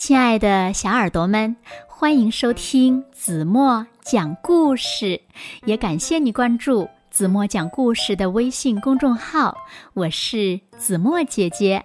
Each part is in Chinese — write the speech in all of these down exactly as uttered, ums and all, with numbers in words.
亲爱的小耳朵们，欢迎收听子墨讲故事，也感谢你关注子墨讲故事的微信公众号，我是子墨姐姐。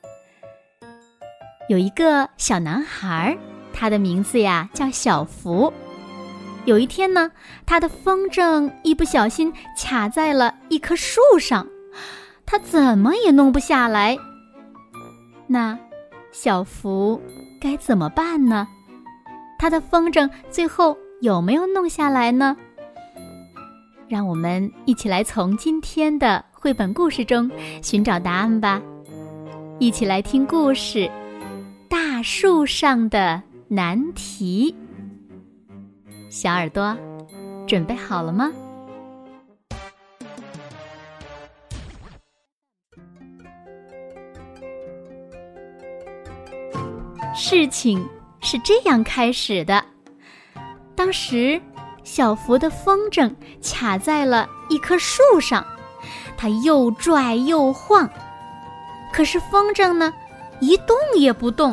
有一个小男孩，他的名字呀叫小福。有一天呢，他的风筝一不小心卡在了一棵树上，他怎么也弄不下来。那小福该怎么办呢？他的风筝最后有没有弄下来呢？让我们一起来从今天的绘本故事中寻找答案吧。一起来听故事《大树上的难题》。小耳朵，准备好了吗？事情是这样开始的，当时小福的风筝卡在了一棵树上，它又拽又晃，可是风筝呢，一动也不动。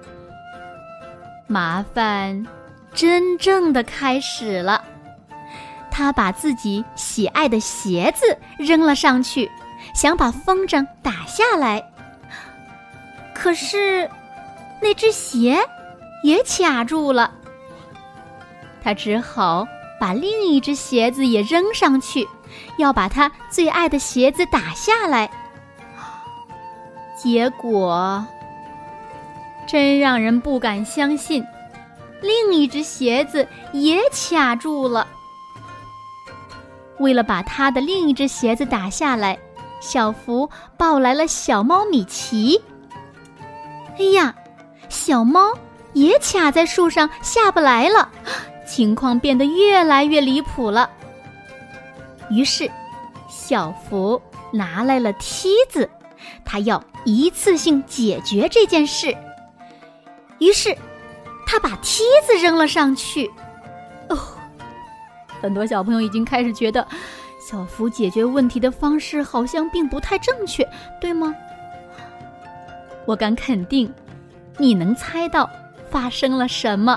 麻烦真正的开始了，他把自己喜爱的鞋子扔了上去，想把风筝打下来，可是那只鞋也卡住了，他只好把另一只鞋子也扔上去，要把他最爱的鞋子打下来。结果真让人不敢相信，另一只鞋子也卡住了。为了把他的另一只鞋子打下来，小福抱来了小猫米奇。哎呀，小猫也卡在树上下不来了，情况变得越来越离谱了。于是小福拿来了梯子，他要一次性解决这件事。于是他把梯子扔了上去。哦，很多小朋友已经开始觉得小福解决问题的方式好像并不太正确，对吗？我敢肯定你能猜到发生了什么。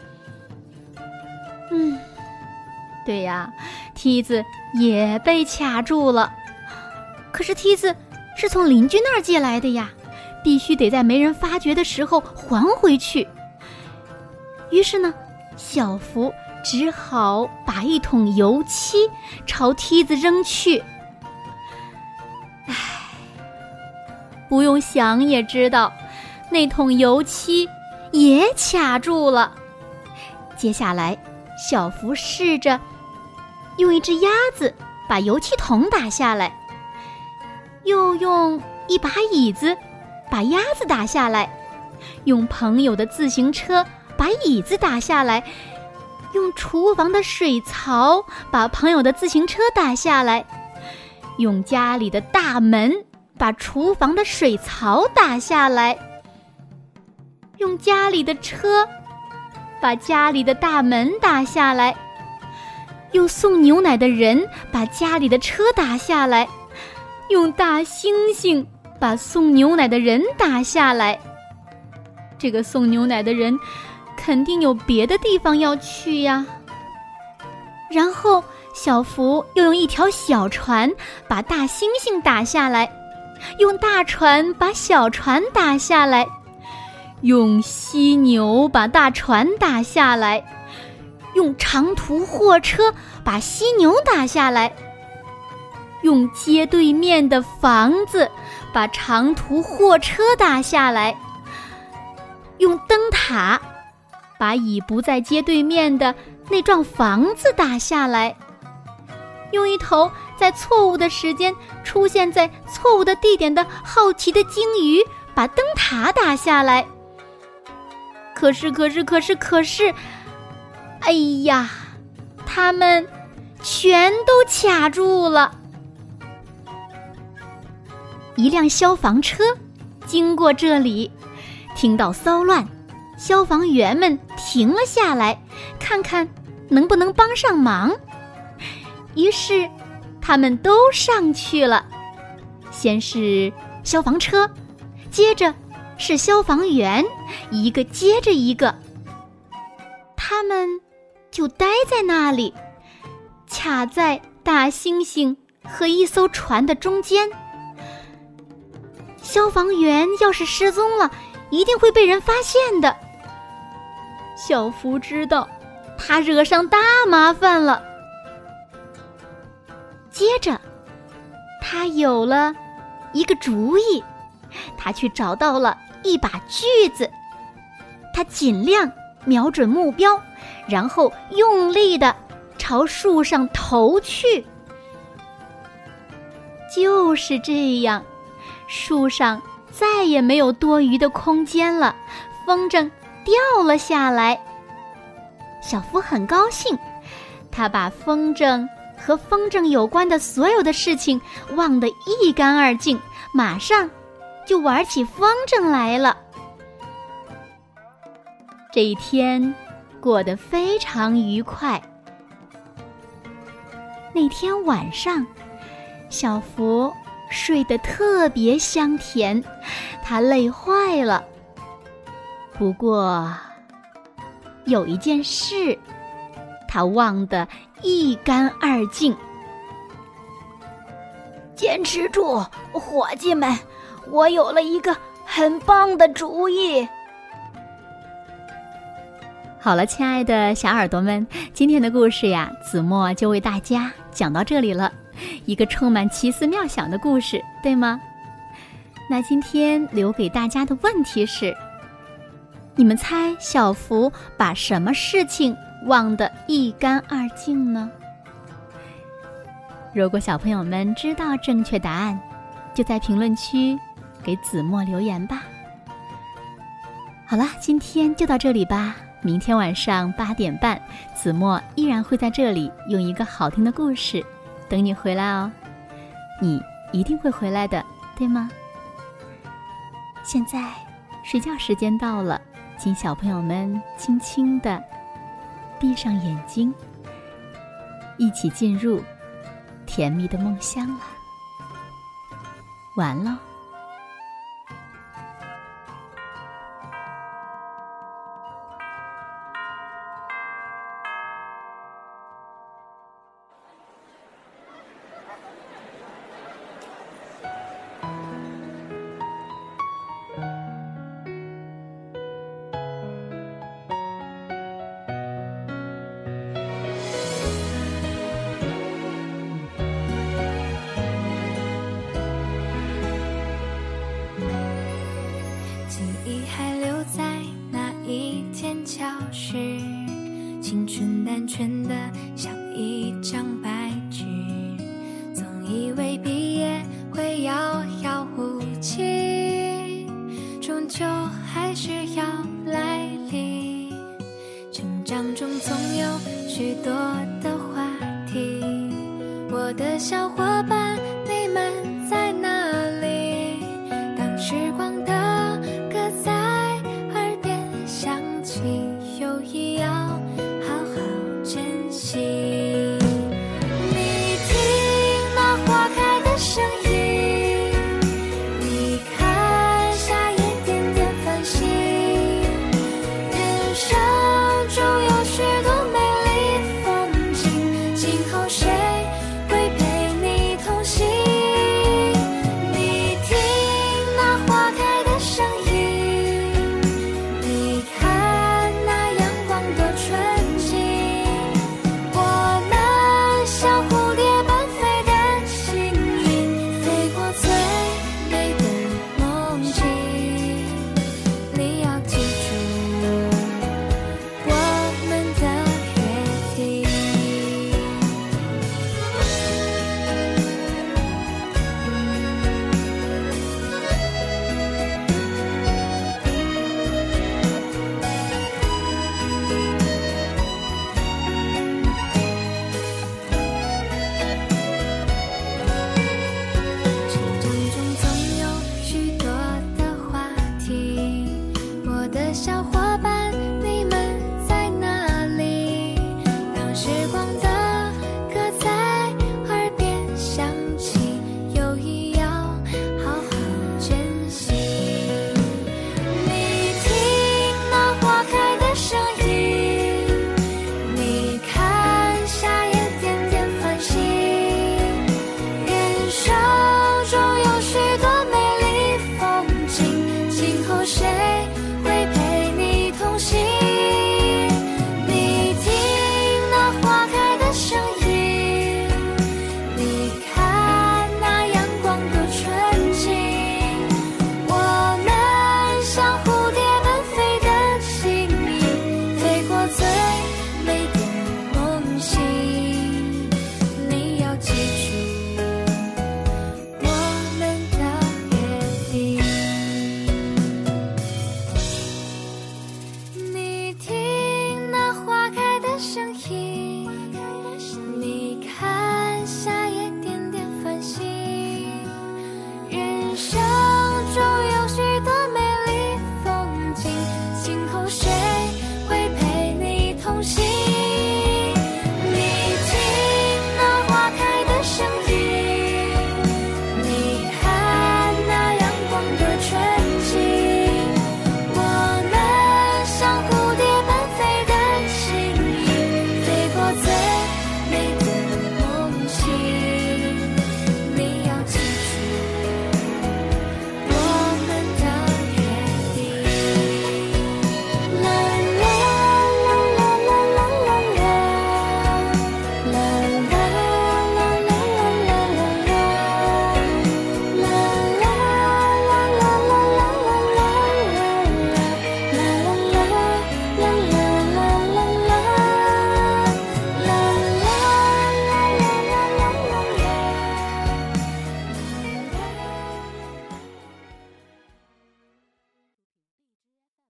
嗯，对呀，梯子也被卡住了。可是梯子是从邻居那儿借来的呀，必须得在没人发觉的时候还回去。于是呢，小福只好把一桶油漆朝梯子扔去。唉，不用想也知道，那桶油漆也卡住了。接下来小福试着用一只鸭子把油漆桶打下来，又用一把椅子把鸭子打下来，用朋友的自行车把椅子打下来，用厨房的水槽把朋友的自行车打下来，用家里的大门把厨房的水槽打下来，用家里的车把家里的大门打下来，用送牛奶的人把家里的车打下来，用大猩猩把送牛奶的人打下来。这个送牛奶的人肯定有别的地方要去呀。然后小福又用一条小船把大猩猩打下来，用大船把小船打下来，用犀牛把大船打下来，用长途货车把犀牛打下来，用街对面的房子把长途货车打下来，用灯塔把已不在街对面的那幢房子打下来，用一头在错误的时间出现在错误的地点的好奇的鲸鱼把灯塔打下来。可是可是可是可是哎呀，他们全都卡住了。一辆消防车经过这里，听到骚乱，消防员们停了下来，看看能不能帮上忙。于是他们都上去了，先是消防车，接着是消防员，一个接着一个。他们就待在那里，卡在大猩猩和一艘船的中间。消防员要是失踪了，一定会被人发现的。小福知道，他惹上大麻烦了。接着，他有了一个主意，他去找到了一把锯子，他尽量瞄准目标，然后用力地朝树上投去。就是这样，树上再也没有多余的空间了，风筝掉了下来。小福很高兴，他把风筝和风筝有关的所有的事情忘得一干二净，马上就玩起风筝来了。这一天过得非常愉快。那天晚上，小福睡得特别香甜，他累坏了。不过有一件事他忘得一干二净。 坚持住，伙计们，我有了一个很棒的主意。 好了，亲爱的小耳朵们，今天的故事呀，子墨就为大家讲到这里了。一个充满奇思妙想的故事，对吗？那今天留给大家的问题是，你们猜小福把什么事情忘得一干二净呢？如果小朋友们知道正确答案，就在评论区给子墨留言吧。好了，今天就到这里吧。明天晚上八点半，子墨依然会在这里用一个好听的故事等你回来哦。你一定会回来的，对吗？现在睡觉时间到了，请小朋友们轻轻地闭上眼睛，一起进入甜蜜的梦乡了。晚安喽。 教室，青春单纯的像一张白纸，总以为毕业会遥遥无期，终究还是要来临。成长中总有许多的话题，我的小伙